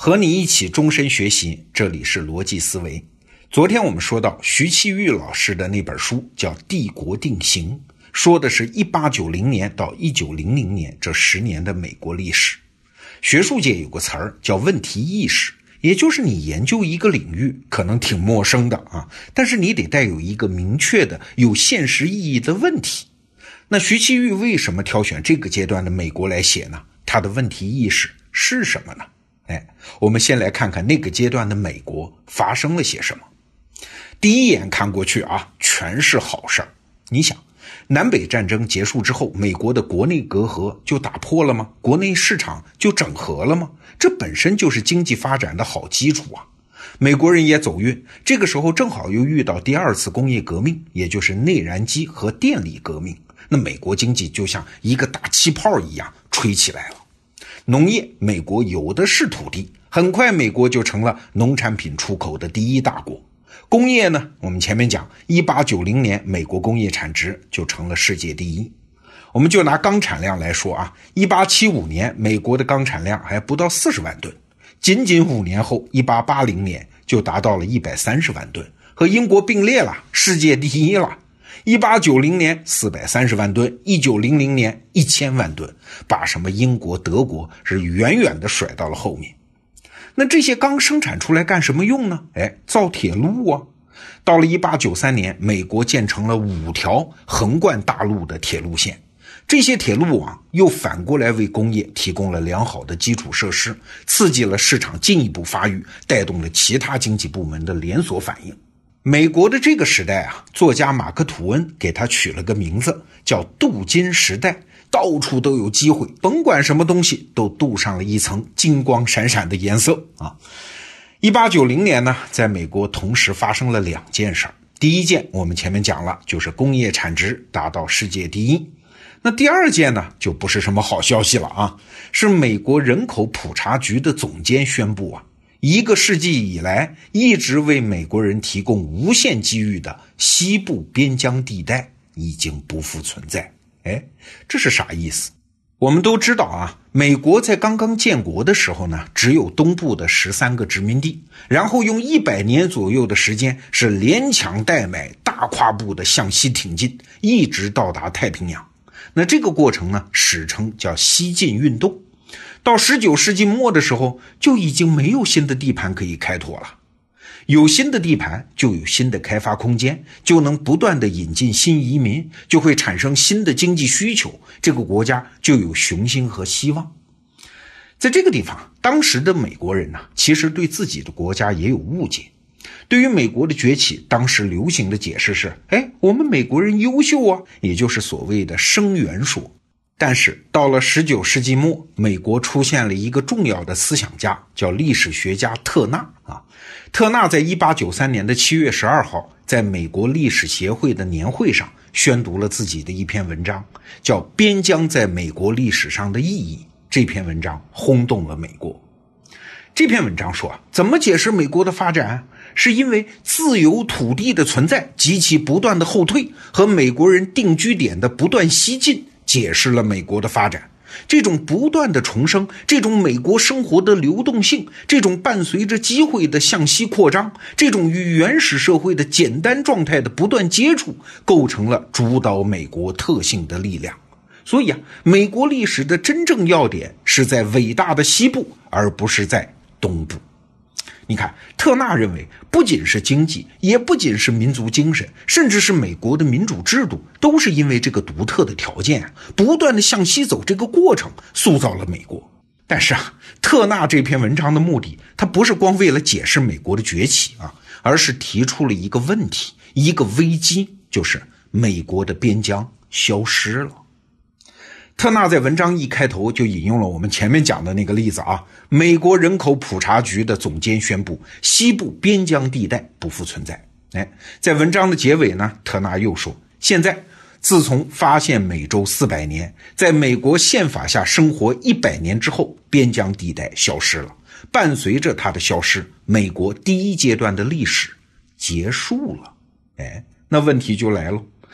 和你一起终身学习，这里是逻辑思维。昨天我们说到徐其玉老师的那本书叫《帝国定型》，说的是1890年到1900年这10年的美国历史。学术界有个词儿叫问题意识，也就是你研究一个领域可能挺陌生的啊，但是你得带有一个明确的有现实意义的问题。那徐其玉为什么挑选这个阶段的美国来写呢？他的问题意识是什么呢？我们先来看看那个阶段的美国发生了些什么。第一眼看过去啊，全是好事儿。你想，南北战争结束之后，美国的国内隔阂就打破了吗？国内市场就整合了吗？这本身就是经济发展的好基础啊。美国人也走运，这个时候正好又遇到第二次工业革命，也就是内燃机和电力革命。那美国经济就像一个大气泡一样吹起来了。农业，美国有的是土地，很快美国就成了农产品出口的第一大国。工业呢，我们前面讲1890年美国工业产值就成了世界第一。我们就拿钢产量来说啊，1875年美国的钢产量还不到40万吨，仅仅5年后1880年就达到了130万吨，和英国并列了，世界第一了。1890年430万吨，1900年1000万吨，把什么英国、德国是远远的甩到了后面。那这些钢生产出来干什么用呢？造铁路啊。到了1893年，美国建成了5条横贯大陆的铁路线，这些铁路网又反过来为工业提供了良好的基础设施，刺激了市场进一步发育，带动了其他经济部门的连锁反应。美国的这个时代啊，作家马克·吐温给他取了个名字叫镀金时代，到处都有机会，甭管什么东西都镀上了一层金光闪闪的颜色啊。1890年呢，在美国同时发生了2件事。第一件我们前面讲了，就是工业产值达到世界第一。那第二件呢，就不是什么好消息了啊，是美国人口普查局的总监宣布啊，1个世纪以来一直为美国人提供无限机遇的西部边疆地带已经不复存在。这是啥意思？我们都知道啊，美国在刚刚建国的时候呢，只有东部的13个殖民地，然后用100年左右的时间是连抢带买，大跨步的向西挺进，一直到达太平洋。那这个过程呢，史称叫西进运动。到19世纪末的时候，就已经没有新的地盘可以开拓了。有新的地盘，就有新的开发空间，就能不断的引进新移民，就会产生新的经济需求，这个国家就有雄心和希望。在这个地方，当时的美国人呢，其实对自己的国家也有误解。对于美国的崛起，当时流行的解释是，我们美国人优秀啊，也就是所谓的生源说。但是到了19世纪末，美国出现了一个重要的思想家，叫历史学家特纳啊。特纳在1893年的7月12号，在美国历史协会的年会上宣读了自己的一篇文章，叫《边疆在美国历史上的意义》。这篇文章轰动了美国。这篇文章说，怎么解释美国的发展？是因为自由土地的存在及其不断的后退，和美国人定居点的不断西进，解释了美国的发展。这种不断的重生，这种美国生活的流动性，这种伴随着机会的向西扩张，这种与原始社会的简单状态的不断接触，构成了主导美国特性的力量。所以美国历史的真正要点是在伟大的西部，而不是在东部。你看，特纳认为不仅是经济，也不仅是民族精神，甚至是美国的民主制度，都是因为这个独特的条件不断的向西走这个过程塑造了美国。但是特纳这篇文章的目的，他不是光为了解释美国的崛起而是提出了一个问题，一个危机，就是美国的边疆消失了。特纳在文章一开头就引用了我们前面讲的那个例子美国人口普查局的总监宣布西部边疆地带不复存在。在文章的结尾呢，特纳又说，现在自从发现美洲400年，在美国宪法下生活100年之后，边疆地带消失了，伴随着它的消失，美国第一阶段的历史结束了。那问题就来了，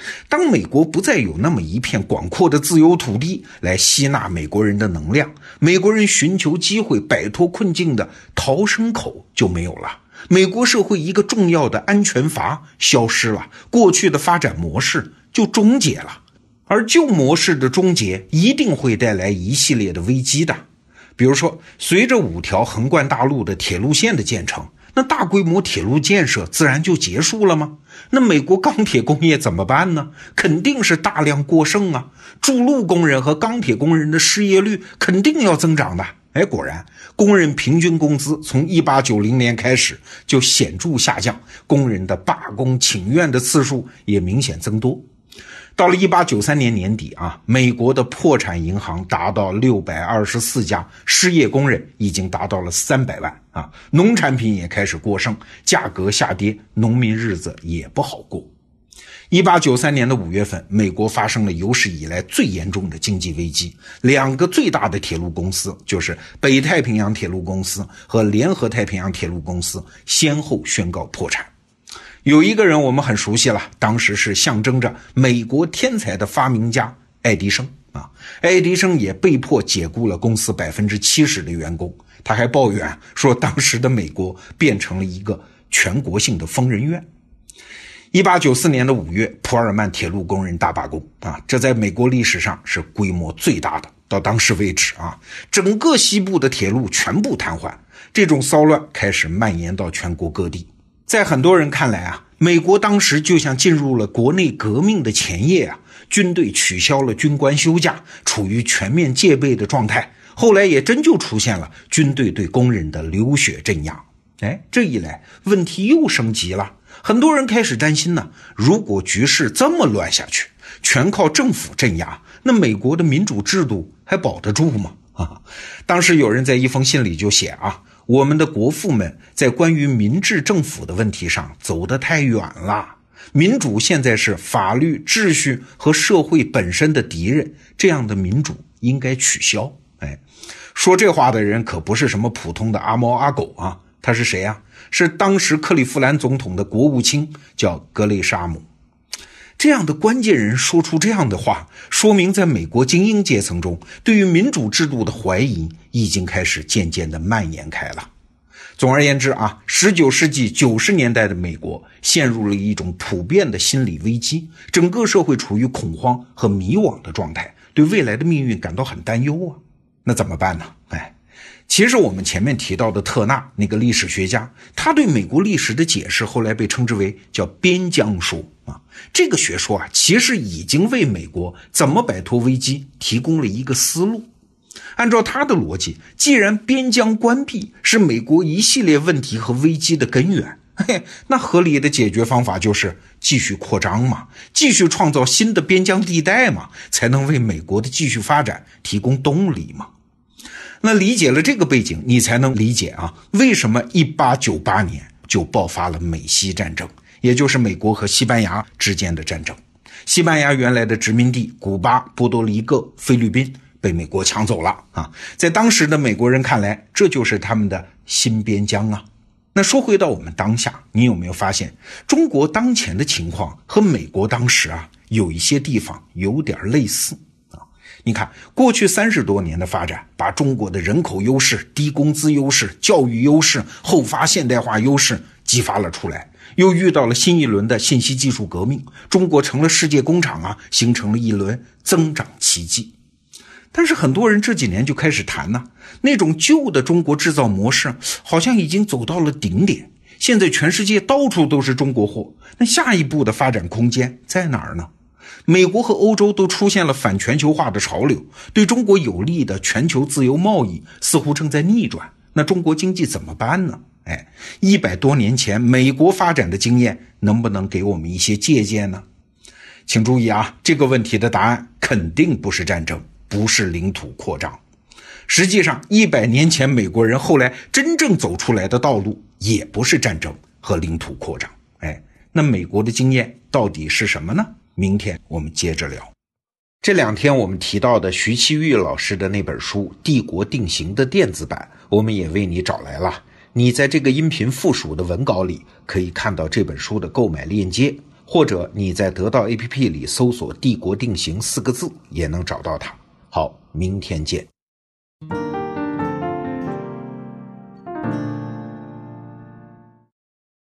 当美国不再有那么一片广阔的自由土地来吸纳美国人的能量，美国人寻求机会摆脱困境的逃生口就没有了，美国社会一个重要的安全阀消失了，过去的发展模式就终结了。而旧模式的终结一定会带来一系列的危机的，比如说随着5条横贯大陆的铁路线的建成，那大规模铁路建设自然就结束了吗？那美国钢铁工业怎么办呢？肯定是大量过剩啊，筑路工人和钢铁工人的失业率肯定要增长的。果然工人平均工资从1890年开始就显著下降，工人的罢工请愿的次数也明显增多。到了1893年年底美国的破产银行达到624家，失业工人已经达到了300万农产品也开始过剩，价格下跌，农民日子也不好过。1893年的5月份，美国发生了有史以来最严重的经济危机，2个最大的铁路公司，就是北太平洋铁路公司和联合太平洋铁路公司，先后宣告破产。有一个人我们很熟悉了，当时是象征着美国天才的发明家爱迪生爱迪生也被迫解雇了公司70%的员工，他还抱怨说当时的美国变成了一个全国性的疯人院。1894年的5月，普尔曼铁路工人大罢工这在美国历史上是规模最大的，到当时为止整个西部的铁路全部瘫痪，这种骚乱开始蔓延到全国各地。在很多人看来美国当时就像进入了国内革命的前夜军队取消了军官休假，处于全面戒备的状态，后来也真就出现了军队对工人的流血镇压。这一来问题又升级了，很多人开始担心如果局势这么乱下去，全靠政府镇压，那美国的民主制度还保得住吗？当时有人在一封信里就写我们的国父们在关于民治政府的问题上走得太远了，民主现在是法律、秩序和社会本身的敌人，这样的民主应该取消。说这话的人可不是什么普通的阿猫阿狗他是谁是当时克利夫兰总统的国务卿，叫格雷沙姆。这样的关键人说出这样的话，说明在美国精英阶层中，对于民主制度的怀疑已经开始渐渐地蔓延开了。总而言之19世纪90年代的美国陷入了一种普遍的心理危机，整个社会处于恐慌和迷惘的状态，对未来的命运感到很担忧那怎么办呢？其实我们前面提到的特纳那个历史学家，他对美国历史的解释后来被称之为叫边疆说这个学说其实已经为美国怎么摆脱危机提供了一个思路。按照他的逻辑，既然边疆关闭是美国一系列问题和危机的根源，那合理的解决方法就是继续扩张嘛，继续创造新的边疆地带嘛，才能为美国的继续发展提供动力嘛。那理解了这个背景，你才能理解为什么1898年就爆发了美西战争，也就是美国和西班牙之间的战争。西班牙原来的殖民地古巴、波多黎各、菲律宾被美国抢走了在当时的美国人看来，这就是他们的新边疆那说回到我们当下，你有没有发现中国当前的情况和美国当时有一些地方有点类似你看过去30多年的发展，把中国的人口优势、低工资优势、教育优势、后发现代化优势激发了出来，又遇到了新一轮的信息技术革命，中国成了世界工厂形成了一轮增长奇迹。但是很多人这几年就开始谈那种旧的中国制造模式好像已经走到了顶点，现在全世界到处都是中国货，那下一步的发展空间在哪儿呢？美国和欧洲都出现了反全球化的潮流，对中国有利的全球自由贸易似乎正在逆转，那中国经济怎么办呢？100多年前美国发展的经验能不能给我们一些借鉴呢？请注意这个问题的答案肯定不是战争，不是领土扩张。实际上100年前美国人后来真正走出来的道路也不是战争和领土扩张。那美国的经验到底是什么呢？明天我们接着聊。这2天我们提到的徐其玉老师的那本书《帝国定型》的电子版，我们也为你找来了。你在这个音频附属的文稿里可以看到这本书的购买链接， 或者你在得到 APP 里搜索帝国定型4个字也能找到它。好，明天见。